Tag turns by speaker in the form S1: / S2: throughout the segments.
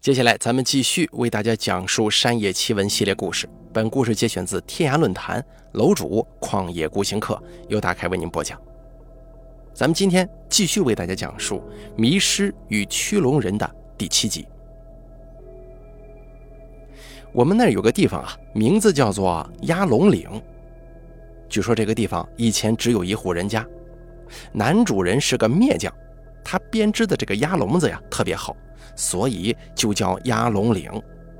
S1: 接下来咱们继续为大家讲述山野奇闻系列故事。本故事节选自天涯论坛楼主旷野孤行客，由大开为您播讲。咱们今天继续为大家讲述迷失与驱龙人的第7集。我们那儿有个地方啊，名字叫做鸭龙岭。据说这个地方以前只有一户人家，男主人是个篾匠，他编织的这个鸭笼子呀特别好，所以就叫鸭龙岭。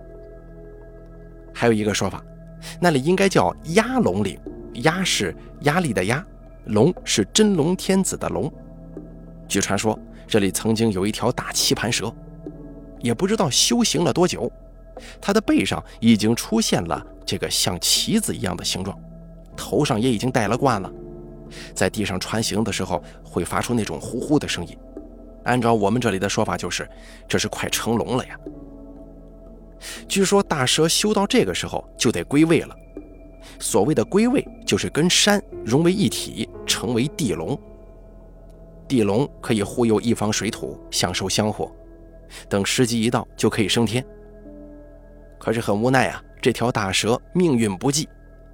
S1: 还有一个说法，那里应该叫鸭龙岭，鸭是压力的鸭，龙是真龙天子的龙。据传说这里曾经有一条大棋盘蛇，也不知道修行了多久，它的背上已经出现了这个像旗子一样的形状，头上也已经戴了冠了，在地上穿行的时候会发出那种呼呼的声音。按照我们这里的说法，就是这是快成龙了呀。据说大蛇修到这个时候就得归位了，所谓的归位就是跟山融为一体，成为地龙。地龙可以护佑一方水土，享受香火，等时机一到就可以升天。可是很无奈啊，这条大蛇命运不济。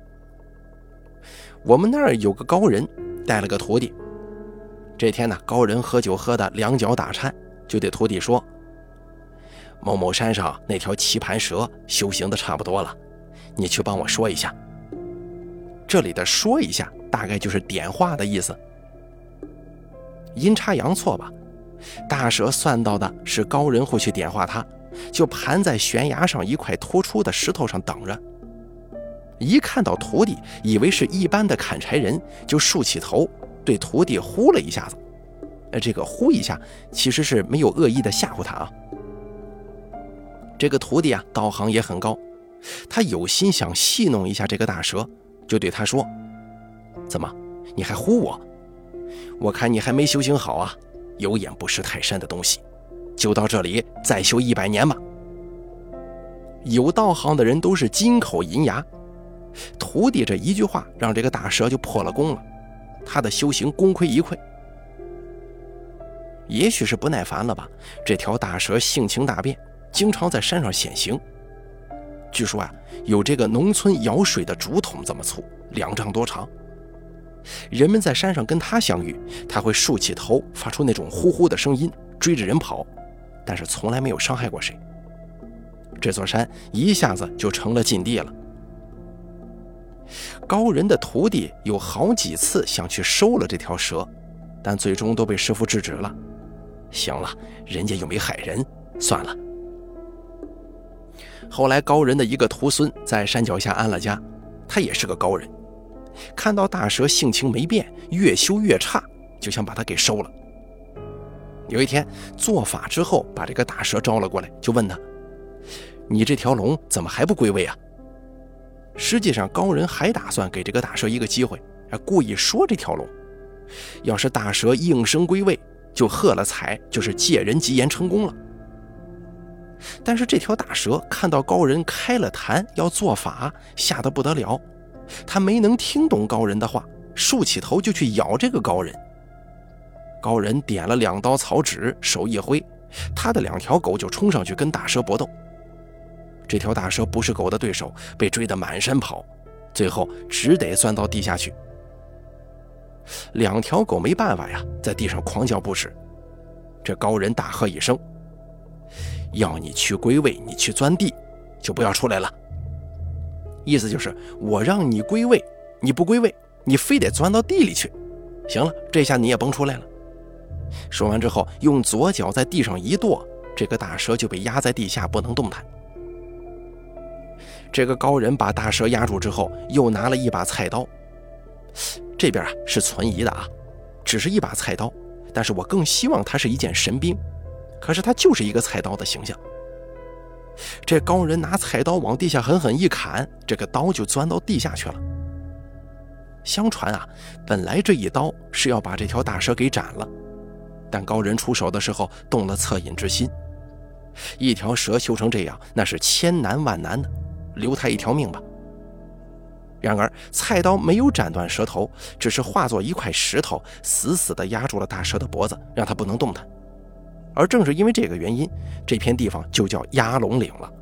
S1: 我们那儿有个高人带了个徒弟，这天呢，高人喝酒喝得两脚打颤，就对徒弟说，某某山上那条棋盘蛇修行的差不多了，你去帮我说一下。这里的说一下大概就是点化的意思。阴差阳错吧，大蛇算到的是高人会去点化他，就盘在悬崖上一块突出的石头上等着。一看到徒弟，以为是一般的砍柴人，就竖起头对徒弟呼了一下子。这个呼一下其实是没有恶意的吓唬他啊。这个徒弟啊，道行也很高，他有心想戏弄一下这个大蛇，就对他说，怎么你还呼我？我看你还没修行好啊，有眼不识泰山的东西，就到这里再修100年吧。有道行的人都是金口银牙，徒弟这一句话让这个大蛇就破了功了，他的修行功亏一篑。也许是不耐烦了吧，这条大蛇性情大变，经常在山上显形。据说啊，有这个农村舀水的竹筒这么粗，2丈多长。人们在山上跟他相遇，他会竖起头发出那种呼呼的声音，追着人跑，但是从来没有伤害过谁。这座山一下子就成了禁地了。高人的徒弟有好几次想去收了这条蛇，但最终都被师父制止了。行了，人家又没害人，算了。后来高人的一个徒孙在山脚下安了家，他也是个高人，看到大蛇性情没变，越修越差，就想把他给收了。有一天做法之后，把这个大蛇招了过来，就问他，你这条龙怎么还不归位啊？实际上高人还打算给这个大蛇一个机会，故意说这条龙要是大蛇应声归位，就喝了彩，就是借人吉言成功了。但是这条大蛇看到高人开了坛要做法，吓得不得了，他没能听懂高人的话，竖起头就去咬这个高人。高人点了2刀草纸，手一挥，他的2条狗就冲上去跟大蛇搏斗。这条大蛇不是狗的对手，被追得满山跑，最后只得钻到地下去。2条狗没办法呀，在地上狂叫不止。这高人大喝一声，要你去归位，你去钻地，就不要出来了。意思就是我让你归位，你不归位，你非得钻到地里去。行了，这下你也甭出来了。说完之后，用左脚在地上一跺，这个大蛇就被压在地下，不能动弹。这个高人把大蛇压住之后，又拿了一把菜刀。这边是存疑的啊，只是一把菜刀，但是我更希望它是一件神兵，可是它就是一个菜刀的形象。这高人拿菜刀往地下狠狠一砍，这个刀就钻到地下去了。相传啊，本来这一刀是要把这条大蛇给斩了，但高人出手的时候动了恻隐之心。一条蛇修成这样，那是千难万难的，留他一条命吧。然而菜刀没有斩断蛇头，只是化作一块石头，死死地压住了大蛇的脖子，让它不能动弹。 而正是因为这个原因，这片地方就叫鸭龙岭了。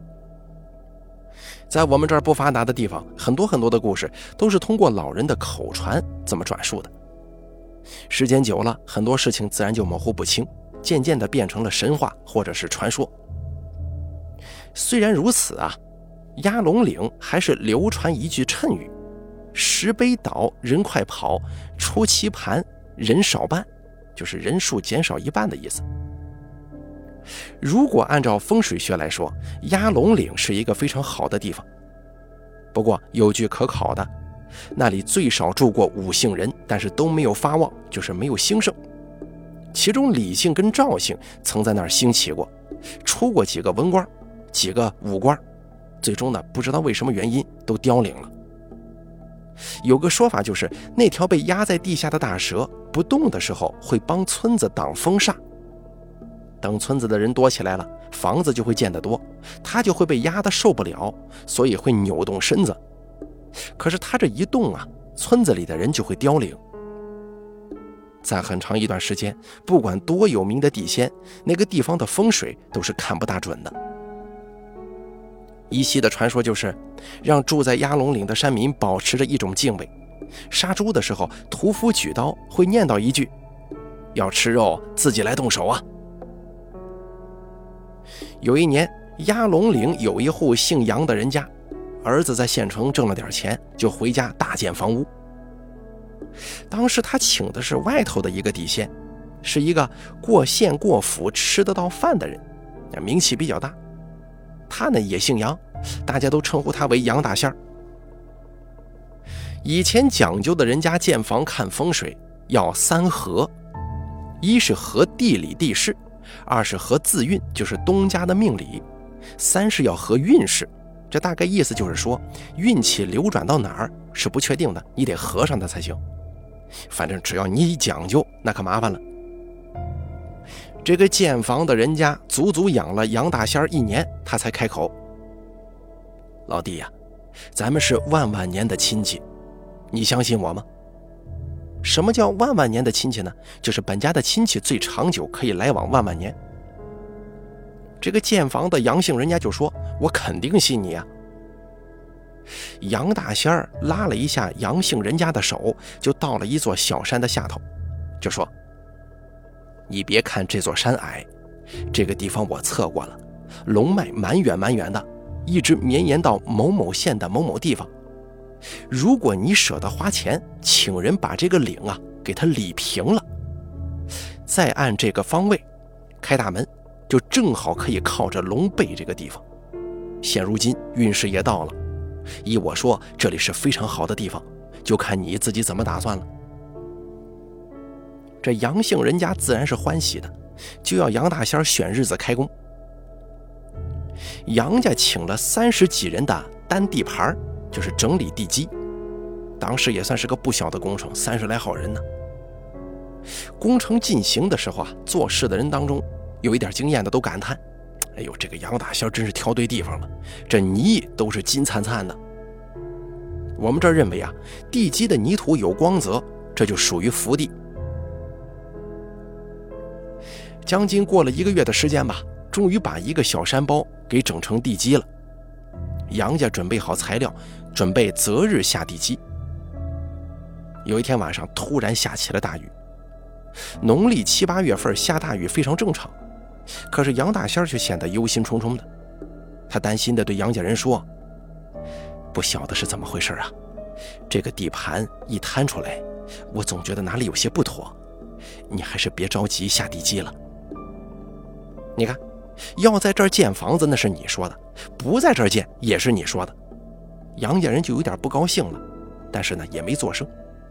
S1: 在我们这儿不发达的地方，很多的故事都是通过老人的口传这么转述的。时间久了，很多事情自然就模糊不清，渐渐地变成了神话或者是传说。虽然如此啊，鸭龙岭还是流传一句谶语：石碑倒，人快跑，出棋盘，人少半，就是人数减少一半的意思。如果按照风水学来说，鸭龙岭是一个非常好的地方。不过有句可考的，那里最少住过5姓人，但是都没有发旺，就是没有兴盛。其中李姓跟赵姓曾在那儿兴起过，出过几个文官，几个武官，最终呢，不知道为什么原因都凋零了。有个说法就是，那条被压在地下的大蛇不动的时候，会帮村子挡风煞。等村子的人多起来了，房子就会建得多，他就会被压得受不了，所以会扭动身子。可是他这一动啊，村子里的人就会凋零。在很长一段时间，不管多有名的地仙，那个地方的风水都是看不大准的。依稀的传说就是，让住在鸭龙岭的山民保持着一种敬畏，杀猪的时候，屠夫举刀会念叨一句：要吃肉自己来动手啊。有一年，鸭龙岭有一户姓杨的人家，儿子在县城挣了点钱，就回家大建房屋。当时他请的是外头的一个地仙，是一个过县过府吃得到饭的人，名气比较大。他呢也姓杨，大家都称呼他为杨大仙儿。以前讲究的人家建房看风水要3合，一是合地理地势，2是合字运，就是东家的命理，3是要合运势。这大概意思就是说，运气流转到哪儿是不确定的，你得合上它才行。反正只要你一讲究，那可麻烦了。这个建房的人家足足养了杨大仙1年，他才开口：老弟呀，咱们是万万年的亲戚，你相信我吗？什么叫万万年的亲戚呢？就是本家的亲戚最长久，可以来往万万年。这个建房的杨姓人家就说：我肯定信你啊。杨大仙儿拉了一下杨姓人家的手，就到了一座小山的下头，就说：你别看这座山矮，这个地方我测过了，龙脉蛮远的，一直绵延到某某县的某某地方。如果你舍得花钱请人把这个岭啊给它理平了，再按这个方位开大门，就正好可以靠着龙背这个地方。现如今运势也到了，依我说，这里是非常好的地方，就看你自己怎么打算了。这杨姓人家自然是欢喜的，就要杨大仙选日子开工。杨家请了30几人的担地盘，就是整理地基，当时也算是个不小的工程，30来号人呢。工程进行的时候啊，做事的人当中有一点经验的都感叹：哎呦，这个杨大仙真是挑对地方了，这泥都是金灿灿的。我们这儿认为啊，地基的泥土有光泽，这就属于福地。将近过了1个月的时间吧，终于把一个小山包给整成地基了。杨家准备好材料，准备择日下地基。有一天晚上突然下起了大雨，农历7、8月份下大雨非常正常，可是杨大仙却显得忧心忡忡的。他担心地对杨家人说：不晓得是怎么回事啊，这个地盘一摊出来，我总觉得哪里有些不妥，你还是别着急下地基了。你看，要在这儿建房子那是你说的，不在这儿建也是你说的。杨家人就有点不高兴了，但是呢也没作声。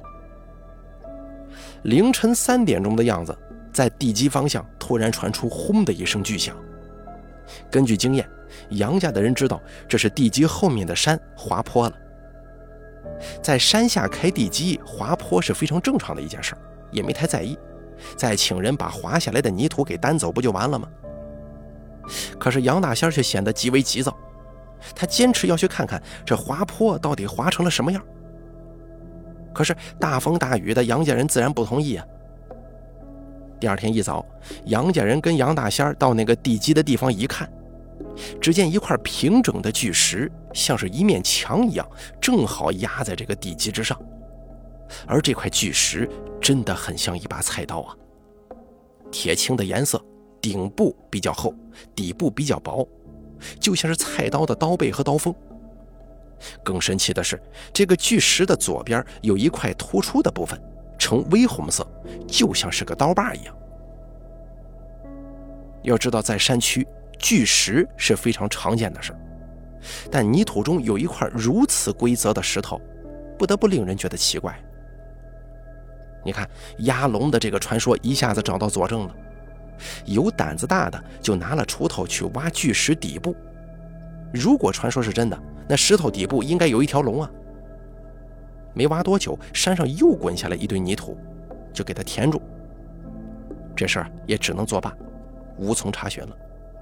S1: 凌晨3点钟的样子，在地基方向突然传出轰的一声巨响。根据经验，杨家的人知道这是地基后面的山滑坡了。在山下开地基滑坡是非常正常的一件事，也没太在意，再请人把滑下来的泥土给担走不就完了吗？可是杨大仙却显得极为急躁，他坚持要去看看这滑坡到底滑成了什么样。可是大风大雨的杨家人自然不同意啊。 第二天一早，杨家人跟杨大仙到那个地基的地方一看，只见一块平整的巨石，像是一面墙一样，正好压在这个地基之上。而这块巨石真的很像一把菜刀啊，铁青的颜色，顶部比较厚，底部比较薄，就像是菜刀的刀背和刀锋。更神奇的是，这个巨石的左边有一块突出的部分，呈微红色，就像是个刀把一样。要知道，在山区，巨石是非常常见的事，但泥土中有一块如此规则的石头，不得不令人觉得奇怪。你看，压龙的这个传说一下子找到佐证了。有胆子大的就拿了锄头去挖巨石底部，如果传说是真的，那石头底部应该有一条龙啊。没挖多久，山上又滚下来一堆泥土，就给它填住。这事儿也只能作罢，无从查询了。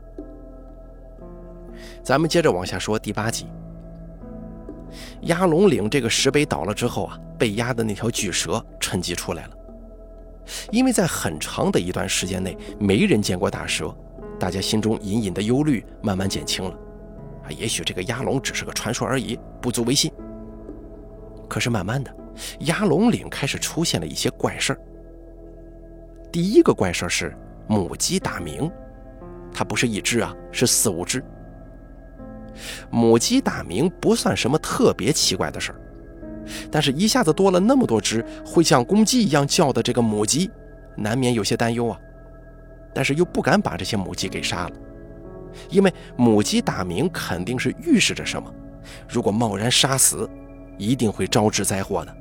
S1: 咱们接着往下说第8集。压龙岭这个石碑倒了之后啊，被压的那条巨蛇趁机出来了。因为在很长的一段时间内没人见过大蛇，大家心中隐隐的忧虑慢慢减轻了。也许这个压龙只是个传说而已，不足为信。可是慢慢的，压龙岭开始出现了一些怪事儿。第一个怪事是母鸡打鸣，它不是一只啊，是4、5只。母鸡打鸣不算什么特别奇怪的事儿，但是一下子多了那么多只会像公鸡一样叫的这个母鸡，难免有些担忧啊。但是又不敢把这些母鸡给杀了，因为母鸡打鸣肯定是预示着什么，如果贸然杀死，一定会招致灾祸的。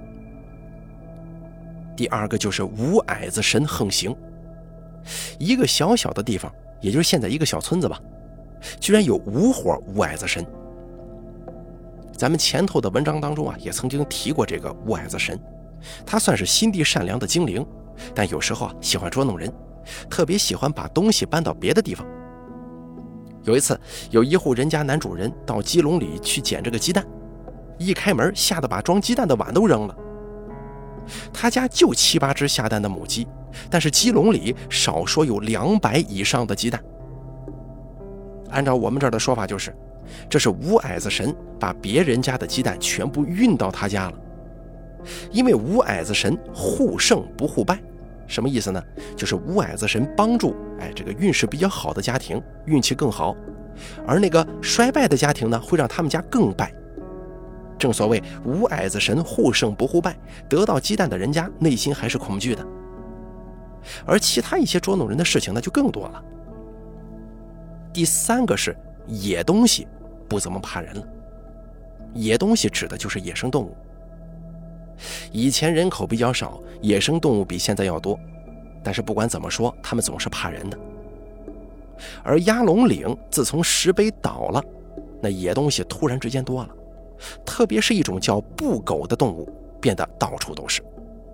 S1: 第二个就是无矮子神横行，一个小小的地方，也就是现在一个小村子吧，居然有5伙无矮子神。咱们前头的文章当中啊，也曾经提过这个无矮子神，他算是心地善良的精灵，但有时候啊喜欢捉弄人，特别喜欢把东西搬到别的地方。有一次，有一户人家男主人到鸡笼里去捡这个鸡蛋，一开门吓得把装鸡蛋的碗都扔了。他家就7、8只下蛋的母鸡，但是鸡笼里少说有200以上的鸡蛋。按照我们这儿的说法，就是这是无矮子神把别人家的鸡蛋全部运到他家了。因为无矮子神护胜不护败，什么意思呢？就是无矮子神帮助这个运势比较好的家庭运气更好，而那个衰败的家庭呢，会让他们家更败。正所谓无矮子神护胜不护败，得到鸡蛋的人家内心还是恐惧的。而其他一些捉弄人的事情那就更多了。第3个是野东西不怎么怕人了。野东西指的就是野生动物。以前人口比较少，野生动物比现在要多，但是不管怎么说，他们总是怕人的。而压龙岭自从石碑倒了，那野东西突然之间多了，特别是一种叫布狗的动物变得到处都是。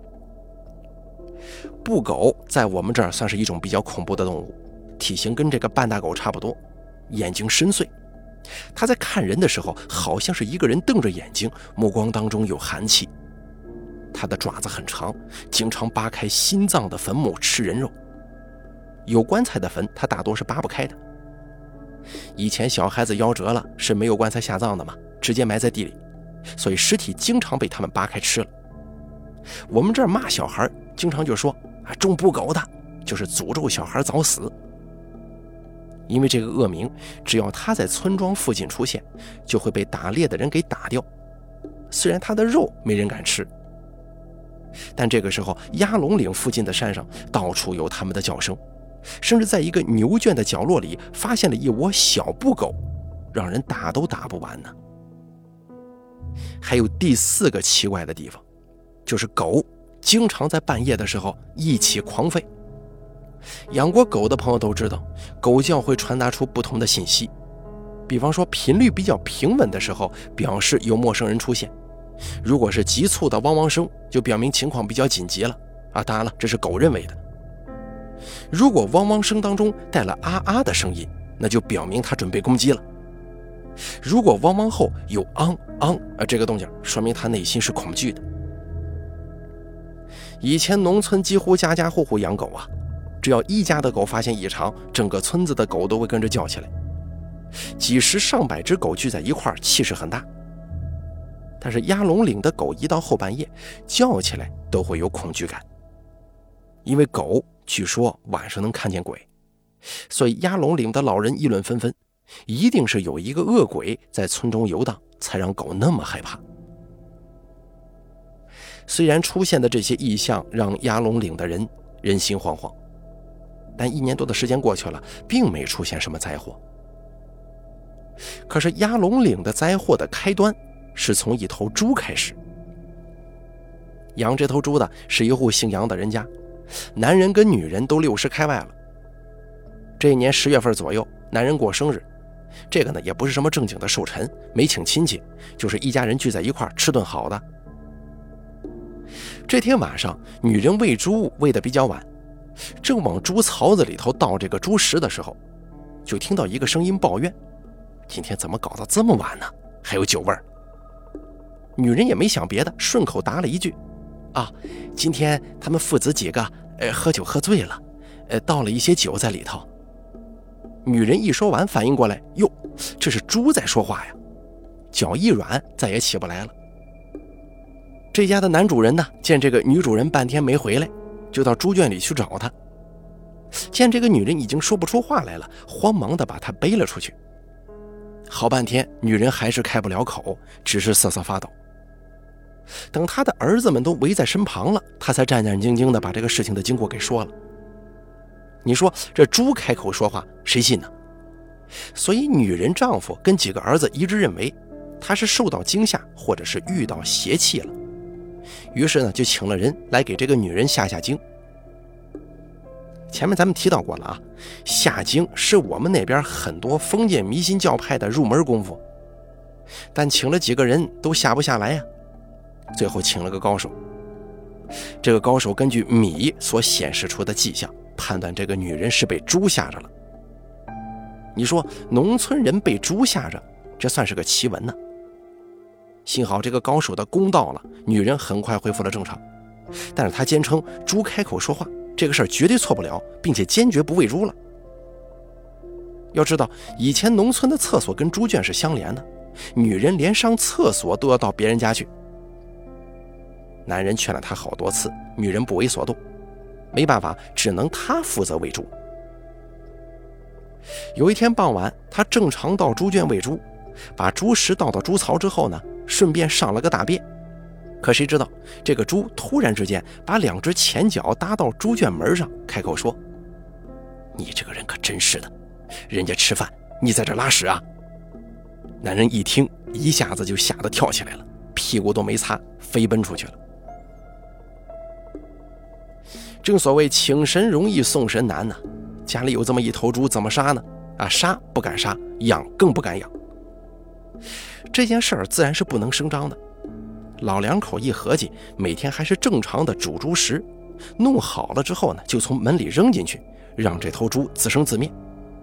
S1: 布狗在我们这儿算是一种比较恐怖的动物，体型跟这个半大狗差不多，眼睛深邃。它在看人的时候好像是一个人瞪着眼睛，目光当中有寒气。它的爪子很长，经常扒开心脏的坟墓吃人肉。有棺材的坟它大多是扒不开的。以前小孩子夭折了是没有棺材下葬的嘛，直接埋在地里，所以尸体经常被他们扒开吃了。我们这儿骂小孩经常就说种布狗的就是诅咒小孩早死。因为这个恶名只要他在村庄附近出现，就会被打猎的人给打掉。虽然他的肉没人敢吃，但这个时候压龙岭附近的山上到处有他们的叫声，甚至在一个牛圈的角落里发现了一窝小布狗，让人打都打不完呢。还有第4个奇怪的地方，就是狗经常在半夜的时候一起狂吠。养过狗的朋友都知道，狗叫会传达出不同的信息，比方说频率比较平稳的时候，表示有陌生人出现；如果是急促的汪汪声，就表明情况比较紧急了当然了，这是狗认为的。如果汪汪声当中带了啊啊的声音，那就表明它准备攻击了。如果汪汪后有昂昂这个动静，说明它内心是恐惧的。以前农村几乎家家户户养狗只要一家的狗发现异常，整个村子的狗都会跟着叫起来。几十上百只狗聚在一块儿，气势很大。但是鸭龙岭的狗一到后半夜叫起来都会有恐惧感，因为狗据说晚上能看见鬼，所以鸭龙岭的老人议论纷纷，一定是有一个恶鬼在村中游荡，才让狗那么害怕。虽然出现的这些异象让鸭龙岭的人人心惶惶，但1年多的时间过去了，并没出现什么灾祸。可是鸭龙岭的灾祸的开端是从一头猪开始。养这头猪的是一户姓杨的人家，男人跟女人都60开外了。这一年10月份左右，男人过生日，这个呢也不是什么正经的寿辰，没请亲戚，就是一家人聚在一块吃顿好的。这天晚上，女人喂猪喂得比较晚，正往猪槽子里头倒这个猪食的时候，就听到一个声音抱怨：今天怎么搞到这么晚呢？还有酒味儿。女人也没想别的，顺口答了一句：啊，今天他们父子几个喝酒喝醉了，倒了一些酒在里头。女人一说完，反应过来，哟，这是猪在说话呀，脚一软，再也起不来了。这家的男主人呢，见这个女主人半天没回来，就到猪圈里去找她。见这个女人已经说不出话来了，慌忙的把她背了出去。好半天，女人还是开不了口，只是瑟瑟发抖。等他的儿子们都围在身旁了，他才战战兢兢地把这个事情的经过给说了。你说这猪开口说话，谁信呢？所以女人丈夫跟几个儿子一致认为他是受到惊吓，或者是遇到邪气了。于是呢，就请了人来给这个女人下经。前面咱们提到过了啊，下经是我们那边很多封建迷信教派的入门功夫，但请了几个人都下不下来呀。最后请了个高手，这个高手根据米所显示出的迹象，判断这个女人是被猪吓着了。你说农村人被猪吓着，这算是个奇闻呢。幸好这个高手的功到了，女人很快恢复了正常，但是他坚称猪开口说话这个事儿绝对错不了，并且坚决不喂猪了。要知道以前农村的厕所跟猪圈是相连的，女人连上厕所都要到别人家去。男人劝了她好多次，女人不为所动，没办法，只能她负责喂猪。有一天傍晚，她正常到猪圈喂猪，把猪食倒到猪槽之后呢，顺便上了个大便。可谁知道这个猪突然之间把2只前脚搭到猪圈门上，开口说：你这个人可真是的，人家吃饭你在这拉屎啊。男人一听，一下子就吓得跳起来了，屁股都没擦，飞奔出去了。正所谓请神容易送神难呢，家里有这么一头猪，怎么杀呢？啊，杀不敢杀，养更不敢养。这件事儿自然是不能声张的。老两口一合计，每天还是正常的煮猪食，弄好了之后呢，就从门里扔进去，让这头猪自生自灭。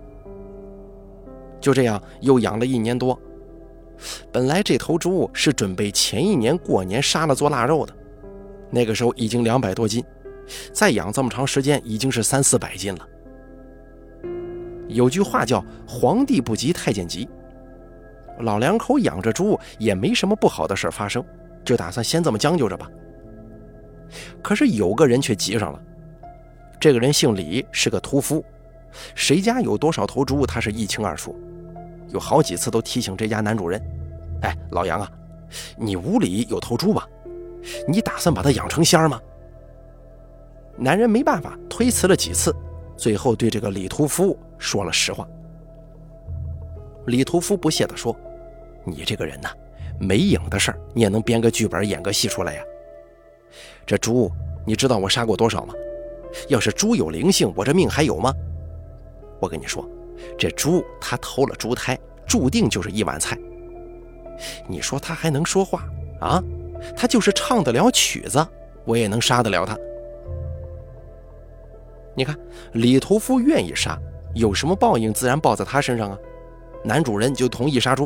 S1: 就这样又养了1年多。本来这头猪是准备前一年过年杀了做腊肉的，那个时候已经200多斤，再养这么长时间已经是300-400斤了。有句话叫皇帝不急太监急，老两口养着猪也没什么不好的事发生，就打算先这么将就着吧。可是有个人却急上了，这个人姓李，是个屠夫，谁家有多少头猪他是一清二楚，有好几次都提醒这家男主人：哎，老杨啊，你屋里有头猪吧？你打算把它养成仙儿吗？男人没办法，推辞了几次，最后对这个李屠夫说了实话。李屠夫不屑地说：你这个人呐，没影的事儿你也能编个剧本演个戏出来呀。这猪你知道我杀过多少吗？要是猪有灵性，我这命还有吗？我跟你说，这猪它偷了猪胎，注定就是一碗菜。你说它还能说话啊？它就是唱得了曲子，我也能杀得了它。你看李屠夫愿意杀，有什么报应自然报在他身上啊。男主人就同意杀猪。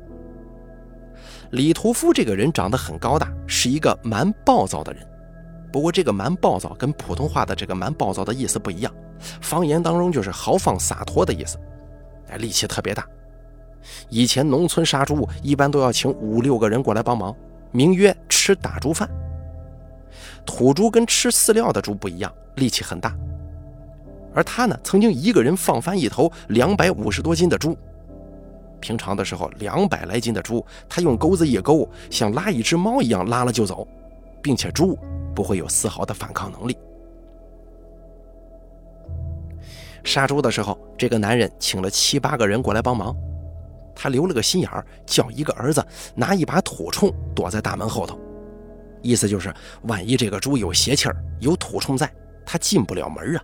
S1: 李屠夫这个人长得很高大，是一个蛮暴躁的人， 不过这个蛮暴躁跟普通话的这个蛮暴躁的意思不一样，方言当中就是豪放洒脱的意思，力气特别大。以前农村杀猪一般都要请5、6个人过来帮忙，名曰吃大猪饭。土猪跟吃饲料的猪不一样，力气很大。而他呢，曾经一个人放翻一头250多斤的猪。平常的时候200来斤的猪，他用钩子一勾，像拉一只猫一样拉了就走，并且猪不会有丝毫的反抗能力。杀猪的时候，这个男人请了7、8个人过来帮忙，他留了个心眼儿，叫一个儿子拿一把土铳躲在大门后头，意思就是万一这个猪有邪气儿，有土铳在，他进不了门啊。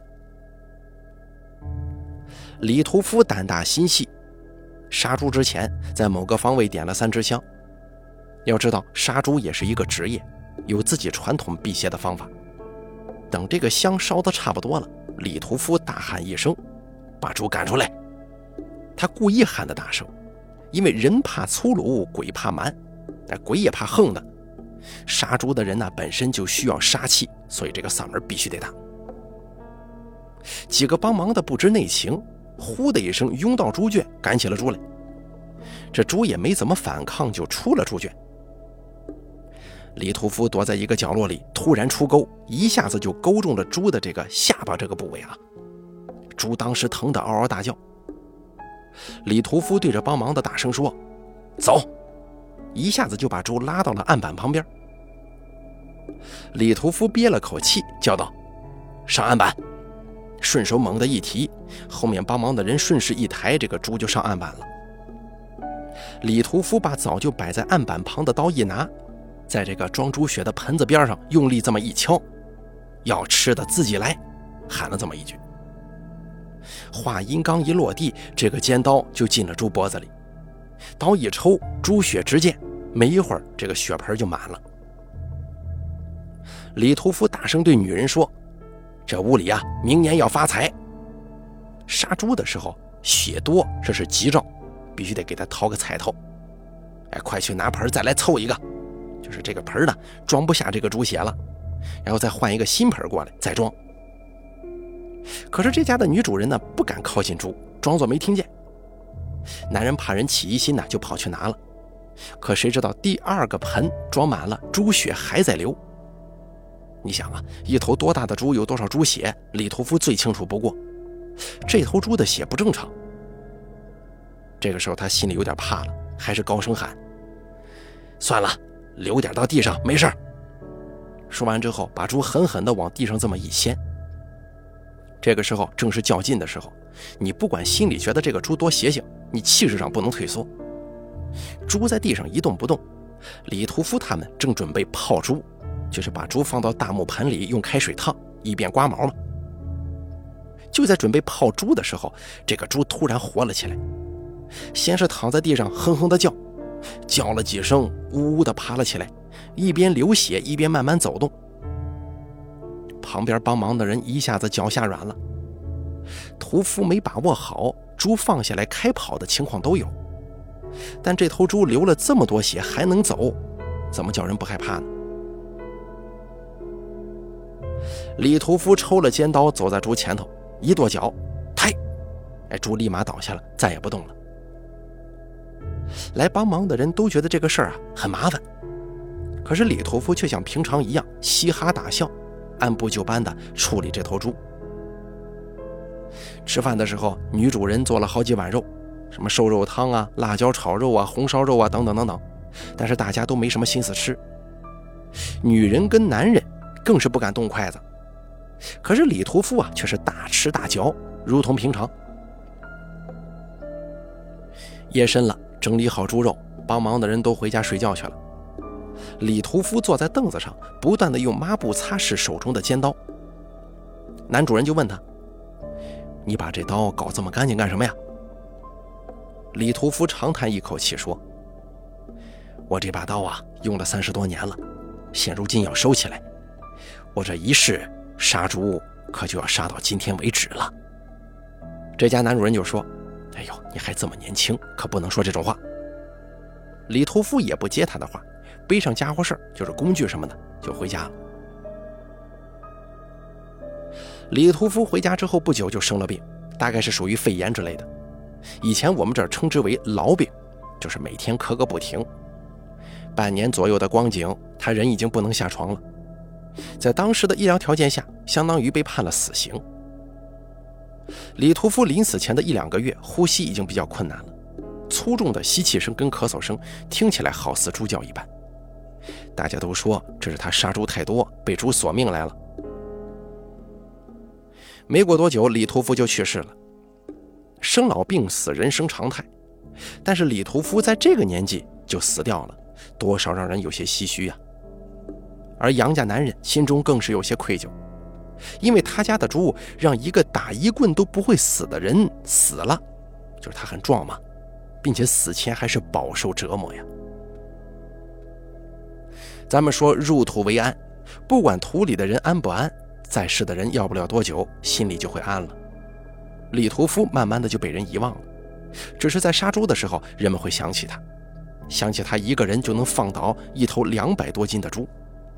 S1: 李屠夫胆大心细，杀猪之前在某个方位点了3支香。要知道杀猪也是一个职业，有自己传统辟邪的方法。等这个香烧得差不多了，李屠夫大喊一声，把猪赶出来。他故意喊得大声，因为人怕粗鲁，鬼怕蛮，鬼也怕横的。杀猪的人呢，本身就需要杀气，所以这个嗓门必须得大。几个帮忙的不知内情，呼的一声拥到猪圈，赶起了猪来。这猪也没怎么反抗，就出了猪圈。李屠夫躲在一个角落里，突然出钩，一下子就勾中了猪的这个下巴这个部位啊！猪当时疼得嗷嗷大叫。李屠夫对着帮忙的大声说：“走！”一下子就把猪拉到了案板旁边。李屠夫憋了口气，叫道：“上案板！”顺手猛地一提，后面帮忙的人顺势一抬，这个猪就上案板了。李屠夫把早就摆在案板旁的刀一拿，在这个装猪血的盆子边上用力这么一敲，要吃的自己来，喊了这么一句。话音刚一落地，这个尖刀就进了猪脖子里，刀一抽，猪血直溅，没一会儿这个血盆就满了。李屠夫大声对女人说：“这屋里啊，明年要发财。杀猪的时候血多，这是吉兆，必须得给他讨个彩头。快去拿盆再来凑一个，就是这个盆呢装不下这个猪血了，然后再换一个新盆过来再装。”可是这家的女主人呢，不敢靠近猪，装作没听见。男人怕人起疑心呢，就跑去拿了。可谁知道第2个盆装满了，猪血还在流。你想啊，一头多大的猪有多少猪血，李屠夫最清楚不过。这头猪的血不正常。这个时候他心里有点怕了，还是高声喊：“算了，留点到地上，没事。”说完之后，把猪狠狠地往地上这么一掀。这个时候正是较劲的时候，你不管心里觉得这个猪多邪性，你气势上不能退缩。猪在地上一动不动，李屠夫他们正准备泡猪，就是把猪放到大木盆里用开水烫，以便刮毛嘛。就在准备泡猪的时候，这个猪突然活了起来，先是躺在地上哼哼的叫，叫了几声，呜呜的爬了起来，一边流血一边慢慢走动。旁边帮忙的人一下子脚下软了，屠夫没把握好，猪放下来开跑的情况都有，但这头猪流了这么多血还能走，怎么叫人不害怕呢？李屠夫抽了尖刀，走在猪前头，一跺脚，抬，猪立马倒下了，再也不动了。来帮忙的人都觉得这个事儿很麻烦，可是李屠夫却像平常一样嘻哈大笑，按部就班地处理这头猪。吃饭的时候，女主人做了好几碗肉，什么瘦肉汤啊、辣椒炒肉啊、红烧肉啊等等等等，但是大家都没什么心思吃。女人跟男人更是不敢动筷子，可是李屠夫却是大吃大嚼，如同平常。夜深了，整理好猪肉，帮忙的人都回家睡觉去了。李屠夫坐在凳子上，不断地用抹布擦拭手中的尖刀。男主人就问他：“你把这刀搞这么干净干什么呀？”李屠夫长叹一口气说：“我这把刀用了30多年了，现如今要收起来，我这一世杀猪可就要杀到今天为止了。”这家男主人就说：“哎呦，你还这么年轻，可不能说这种话。”李屠夫也不接他的话，背上家伙事就是工具什么的就回家了。 李屠夫回家之后不久就生了病，大概是属于肺炎之类的，以前我们这儿称之为痨病，就是每天咳个不停。半年左右的光景，他人已经不能下床了，在当时的医疗条件下，相当于被判了死刑。李屠夫临死前的1-2个月，呼吸已经比较困难了，粗重的吸气声跟咳嗽声听起来好似猪叫一般。大家都说这是他杀猪太多，被猪索命来了。没过多久，李屠夫就去世了。生老病死，人生常态，但是李屠夫在这个年纪就死掉了，多少让人有些唏嘘啊。而杨家男人心中更是有些愧疚，因为他家的猪让一个打一棍都不会死的人死了，就是他很壮嘛，并且死前还是饱受折磨呀。咱们说入土为安，不管土里的人安不安，在世的人要不了多久心里就会安了。李屠夫慢慢的就被人遗忘了，只是在杀猪的时候人们会想起他，想起他一个人就能放倒一头200多斤的猪。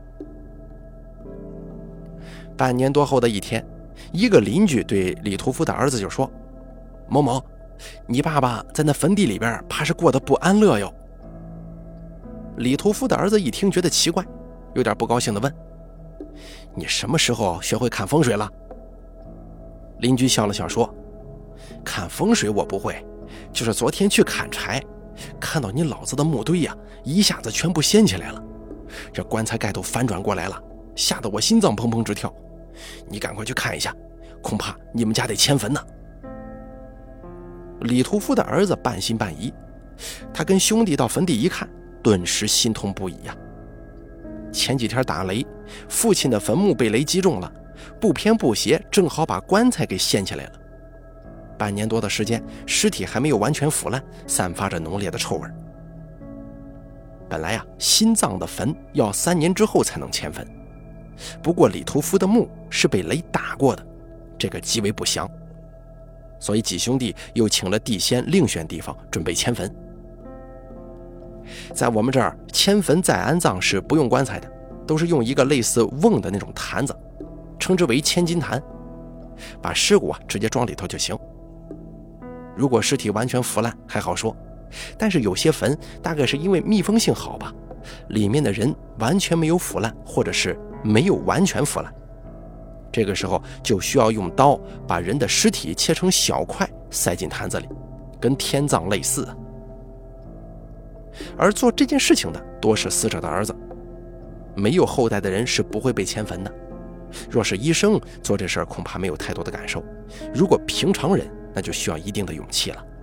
S1: 半年多后的一天，一个邻居对李屠夫的儿子就说：某某，你爸爸在那坟地里边怕是过得不安乐哟。李屠夫的儿子一听觉得奇怪，有点不高兴地问：你什么时候学会看风水了？邻居笑了笑说：看风水我不会，就是昨天去砍柴，看到你老子的墓堆呀，一下子全部掀起来了，这棺材盖都翻转过来了，吓得我心脏砰砰直跳。你赶快去看一下，恐怕你们家得迁坟呢。李屠夫的儿子半信半疑，他跟兄弟到坟地一看，顿时心痛不已呀。前几天打雷，父亲的坟墓被雷击中了，不偏不斜，正好把棺材给掀起来了。半年多的时间，尸体还没有完全腐烂，散发着浓烈的臭味。本来呀，新葬的坟要3年之后才能迁坟，不过李屠夫的墓是被雷打过的，这个极为不祥，所以几兄弟又请了地仙另选地方准备迁坟。在我们这儿，迁坟再安葬是不用棺材的，都是用一个类似瓮的那种坛子，称之为千金坛，把尸骨直接装里头就行。如果尸体完全腐烂还好说，但是有些坟大概是因为密封性好吧，里面的人完全没有腐烂，或者是没有完全腐烂，这个时候就需要用刀把人的尸体切成小块塞进坛子里，跟天葬类似。而做这件事情的多是死者的儿子，没有后代的人是不会被迁坟的。若是医生做这事儿恐怕没有太多的感受，如果平常人那就需要一定的勇气了。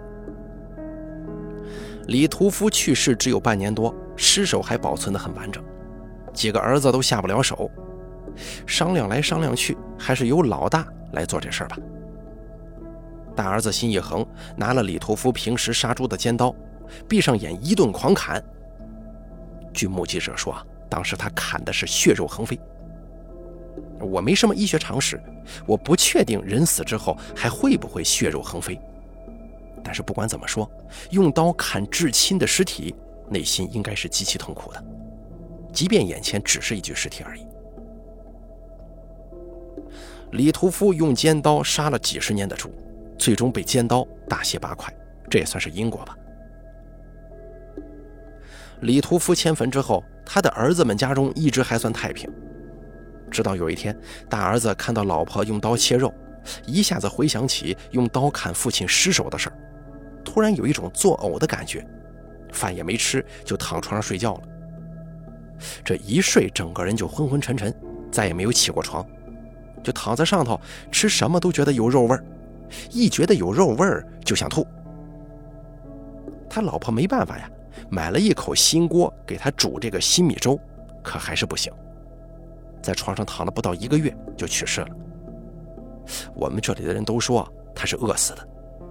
S1: 李屠夫去世只有半年多，尸首还保存得很完整，几个儿子都下不了手，商量来商量去，还是由老大来做这事儿吧。大儿子心一横，拿了李屠夫平时杀猪的尖刀，闭上眼一顿狂砍。据目击者说，当时他砍的是血肉横飞。我没什么医学常识，我不确定人死之后还会不会血肉横飞，但是不管怎么说，用刀砍至亲的尸体，内心应该是极其痛苦的，即便眼前只是一具尸体而已。李屠夫用尖刀杀了几十年的猪，最终被尖刀大卸8块，这也算是因果吧。李屠夫迁坟之后，他的儿子们家中一直还算太平，直到有一天，大儿子看到老婆用刀切肉，一下子回想起用刀砍父亲尸首的事儿，突然有一种作呕的感觉，饭也没吃就躺床上睡觉了。这一睡，整个人就昏昏沉沉，再也没有起过床，就躺在上头，吃什么都觉得有肉味儿，一觉得有肉味儿就想吐。他老婆没办法呀，买了一口新锅给他煮这个新米粥，可还是不行，在床上躺了不到1个月就去世了。我们这里的人都说他是饿死的。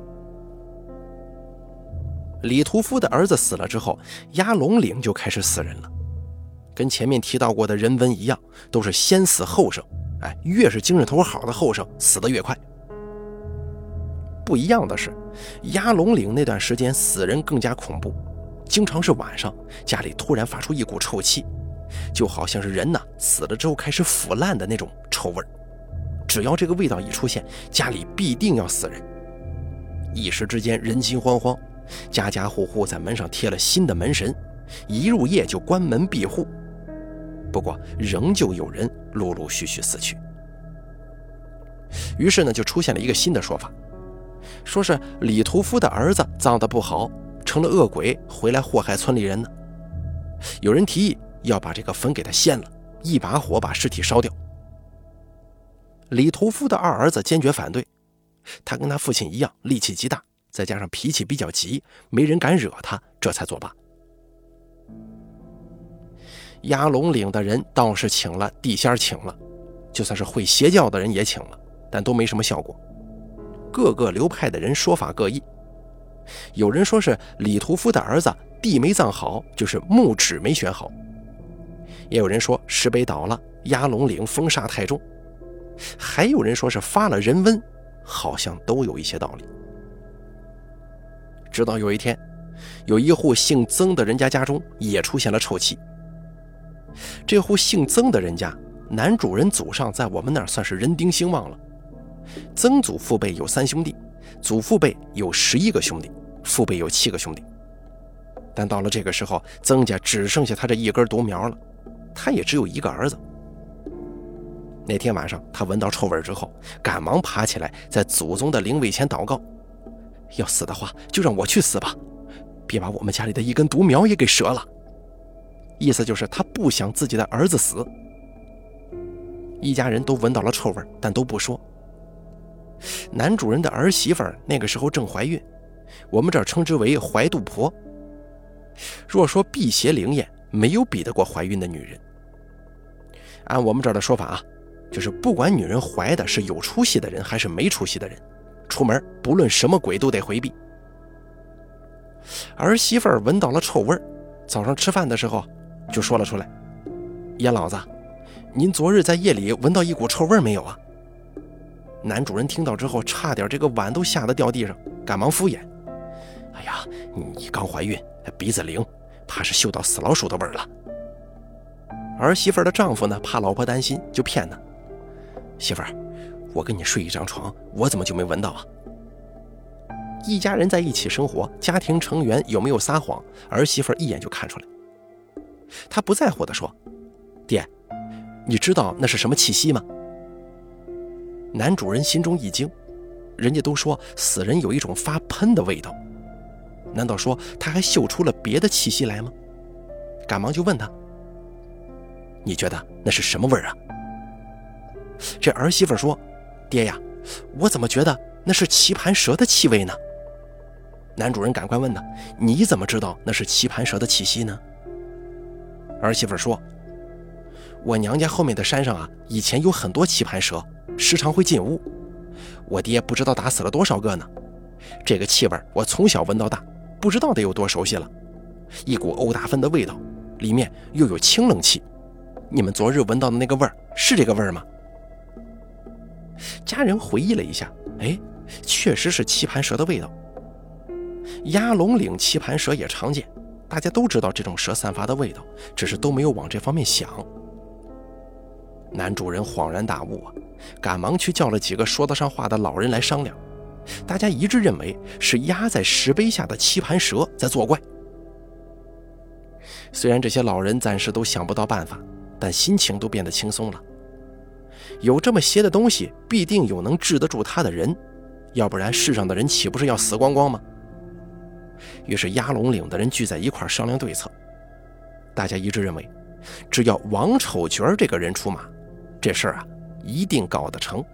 S1: 李屠夫的儿子死了之后，鸭龙岭就开始死人了，跟前面提到过的人瘟一样，都是先死后生，越是精神头好的后生死得越快。不一样的是，鸭龙岭那段时间死人更加恐怖，经常是晚上家里突然发出一股臭气，就好像是人死了之后开始腐烂的那种臭味， 只要这个味道一出现，家里必定要死人。一时之间人心惶惶，家家户户在门上贴了新的门神，一入夜就关门闭户。不过仍旧有人陆陆续续死去。于是呢，就出现了一个新的说法，说是李屠夫的儿子葬得不好，成了恶鬼回来祸害村里人呢。有人提议要把这个坟给他掀了，一把火把尸体烧掉。李屠夫的二儿子坚决反对，他跟他父亲一样力气极大，再加上脾气比较急，没人敢惹他，这才作罢。压龙岭的人道士请了，地仙请了，就算是会邪教的人也请了，但都没什么效果。各个流派的人说法各异，有人说是李屠夫的儿子地没葬好，就是墓址没选好，也有人说石碑倒了，压龙岭风沙太重，还有人说是发了人瘟，好像都有一些道理。直到有一天，有一户姓曾的人家家中也出现了臭气。这户姓曾的人家，男主人祖上在我们那儿算是人丁兴旺了。曾祖父辈有3兄弟，祖父辈有11个兄弟，父辈有7个兄弟。但到了这个时候，曾家只剩下他这一根独苗了，他也只有一个儿子。那天晚上，他闻到臭味之后，赶忙爬起来，在祖宗的灵位前祷告：要死的话，就让我去死吧，别把我们家里的一根独苗也给折了。意思就是他不想自己的儿子死。一家人都闻到了臭味，但都不说。男主人的儿媳妇那个时候正怀孕，我们这儿称之为怀肚婆。若说辟邪灵验，没有比得过怀孕的女人。按我们这儿的说法啊，就是不管女人怀的是有出息的人还是没出息的人，出门不论什么鬼都得回避。儿媳妇闻到了臭味，早上吃饭的时候就说了出来：严老子，您昨日在夜里闻到一股臭味没有啊？男主人听到之后，差点这个碗都吓得掉地上，赶忙敷衍：哎呀，你刚怀孕，鼻子灵，怕是嗅到死老鼠的味儿了。儿媳妇的丈夫呢，怕老婆担心，就骗她：媳妇儿，我跟你睡一张床，我怎么就没闻到啊？一家人在一起生活，家庭成员有没有撒谎，儿媳妇一眼就看出来。她不在乎地说：爹，你知道那是什么气息吗？男主人心中一惊，人家都说死人有一种发喷的味道，难道说他还嗅出了别的气息来吗？赶忙就问他：你觉得那是什么味儿啊？这儿媳妇说：爹呀，我怎么觉得那是棋盘蛇的气味呢？男主人赶快问他：你怎么知道那是棋盘蛇的气息呢？儿媳妇说：我娘家后面的山上啊，以前有很多棋盘蛇，时常会进屋，我爹不知道打死了多少个呢。这个气味我从小闻到大，不知道得有多熟悉了，一股欧大芬的味道，里面又有清冷气。你们昨日闻到的那个味儿是这个味儿吗？家人回忆了一下，哎，确实是棋盘蛇的味道。压龙岭棋盘蛇也常见，大家都知道这种蛇散发的味道，只是都没有往这方面想。男主人恍然大悟啊，赶忙去叫了几个说得上话的老人来商量，大家一致认为是压在石碑下的棋盘蛇在作怪。虽然这些老人暂时都想不到办法，但心情都变得轻松了。有这么邪的东西，必定有能治得住他的人，要不然世上的人岂不是要死光光吗？于是压龙岭的人聚在一块商量对策，大家一致认为，只要王丑角这个人出马，这事儿啊一定搞得成。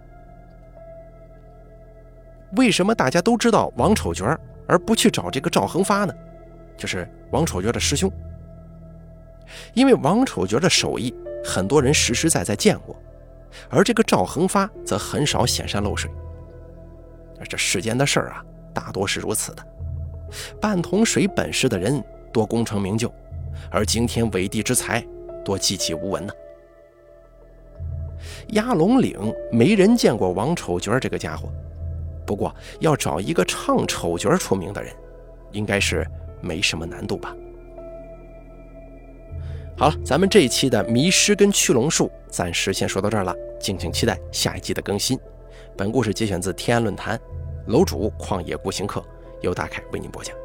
S1: 为什么大家都知道王丑角而不去找这个赵恒发呢？就是王丑角的师兄。因为王丑角的手艺很多人实实在在见过，而这个赵恒发则很少显山露水。而这世间的事儿啊，大多是如此的，半桶水本事的人多功成名就，而惊天伟地之才多寂寂无闻呢。压龙岭没人见过王丑角这个家伙，不过要找一个唱丑角出名的人，应该是没什么难度吧。 好了，咱们这一期的迷失跟驱龙术暂时先说到这儿了，敬请期待下一集的更新。本故事节选自天安论坛，楼主旷野孤行客，由大凯为您播讲。